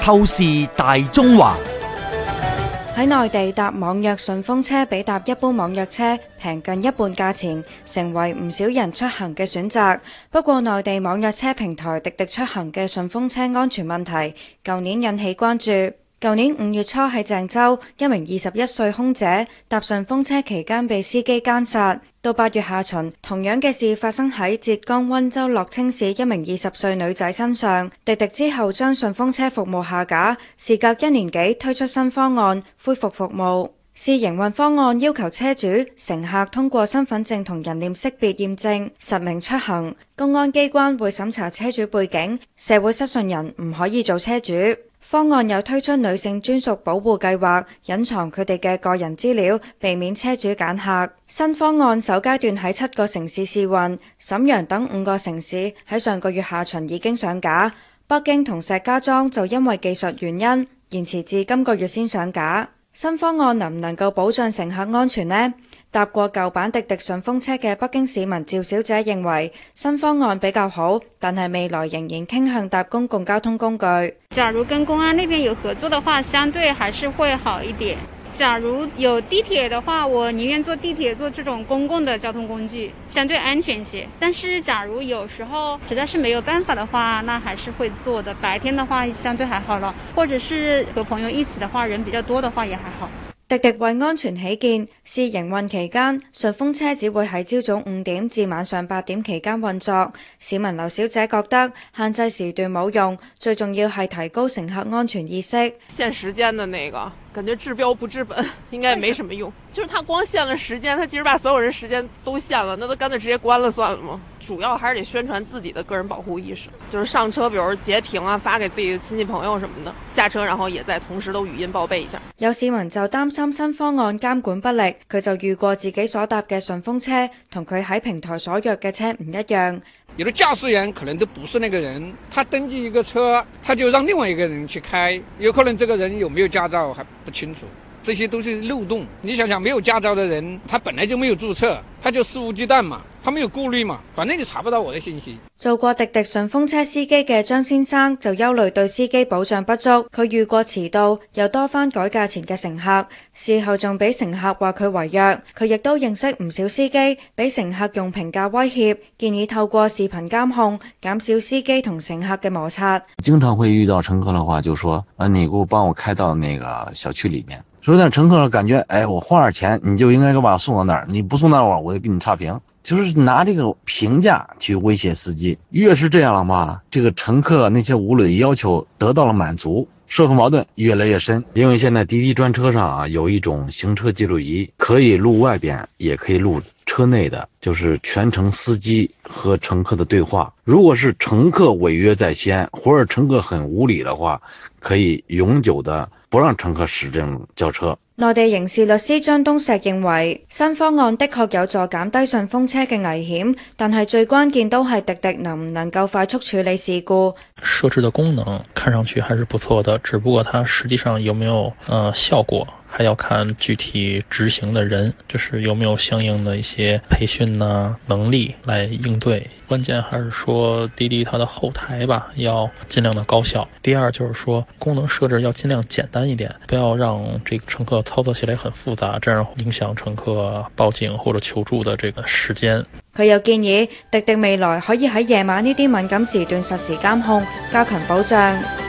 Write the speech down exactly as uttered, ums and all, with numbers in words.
透視大中華。 喺內地搭網約順風車比搭一般網約車平近一半價錢，成為唔少人出行嘅選擇。不過，內地網約車平台滴滴出行嘅順風車安全問題，舊年引起關注。舊年五月初喺鄭州，一名二十一歲空姐搭順風車期間被司機姦殺。到八月下旬，同樣嘅事發生喺浙江溫州樂清市一名二十歲女仔身上。滴滴之後將順風車服務下架，事隔一年幾推出新方案恢復服務。試營運方案要求車主、乘客通過身份證同人臉識別驗證，實名出行。公安機關會審查車主背景，社會失信人唔可以做車主。方案又推出女性專屬保護計劃，隱藏佢哋嘅個人資料，避免車主揀客。新方案首階段喺七個城市試運，瀋陽等五個城市喺上個月下旬已經上架，北京同石家莊就因為技術原因延遲至今個月先上架。新方案能唔能夠保障乘客安全呢？搭過舊版滴滴順風車嘅北京市民趙小姐認為新方案比較好，但係未來仍然傾向搭公共交通工具。 假如跟公安那邊有合作的話，相對還是會好一點。假如有地鐵的話，我寧願坐地鐵，坐這種公共的交通工具，相對安全些。但是假如有時候實在是沒有辦法的話，那還是會坐的。白天的話相對還好了，或者是和朋友一起的話，人比較多的話也還好。 滴滴為安全起見，試營運期間，順風車只會喺朝早五點至晚上八點期間運作。市民劉小姐覺得限制時段冇用，最重要係提高乘客安全意識。 限時間的那個感覺治標不治本，應該也沒什麼用。就是他光限了時間，他其實把所有人時間都限了，那他乾脆直接關了算了嗎？主要還是得宣傳自己的個人保護意識，就是上車，比如截屏啊，發給自己的親戚朋友什麼的，下車然後也在同時都語音報備一下。 有市民就擔心新方案監管不力，佢就遇過自己所搭嘅順風車同佢喺平台所約嘅車唔一樣。 有的駕駛員可能都不是那個人，他登記一個車，他就讓另外一個人去開，有可能這個人有沒有駕照還不清楚，這些都是漏洞。你想想，沒有駕照的人，他本來就沒有註冊，他就肆無忌憚嘛，他沒有顧慮嘛，反正就查不到我的信息。 做過滴滴順風車司機嘅張先生就憂慮對司機保障不足，佢遇過遲到又多番改價錢嘅乘客，事後仲俾乘客話佢違約。佢亦都認識唔少司機俾乘客用評價威脅，建議透過視頻監控減少司機同乘客嘅摩擦。 經常會遇到乘客的話就說啊，你給我幫我開到那個小區裡面，所以讓乘客感覺哎，我花點錢你就應該給我把我送到那兒，你不送到那兒我就給你差評，就是拿這個評價去威脅司機。越是這樣的話，這個乘客那些無理的要求得到了滿足，社會矛盾越來越深。因為現在滴滴專車上啊有一種行車記錄儀，可以錄外邊也可以錄車內的，就是全程司機和乘客的對話。如果是乘客違約在先，或者乘客很無理的話，可以永久的不讓乘客使這種轎車。 內地刑事律師張東石認為，新方案的確有助減低順風車嘅危險，但係最關鍵都係滴滴能唔能夠快速處理事故。 設置的功能看上去還是不錯的，只不過它實際上有沒有呃效果，還要看具體執行的人，就是有沒有相應的一些培訓啊能力來應對。關鍵還是說滴滴它的後台吧，要盡量的高效。第二就是說功能設置要盡量簡單一點，不要讓這個乘客操作起來很複雜，這樣影響乘客報警或者求助的這個時間。 佢又建議滴滴未來可以喺夜晚呢啲敏感時段實時監控，加強保障。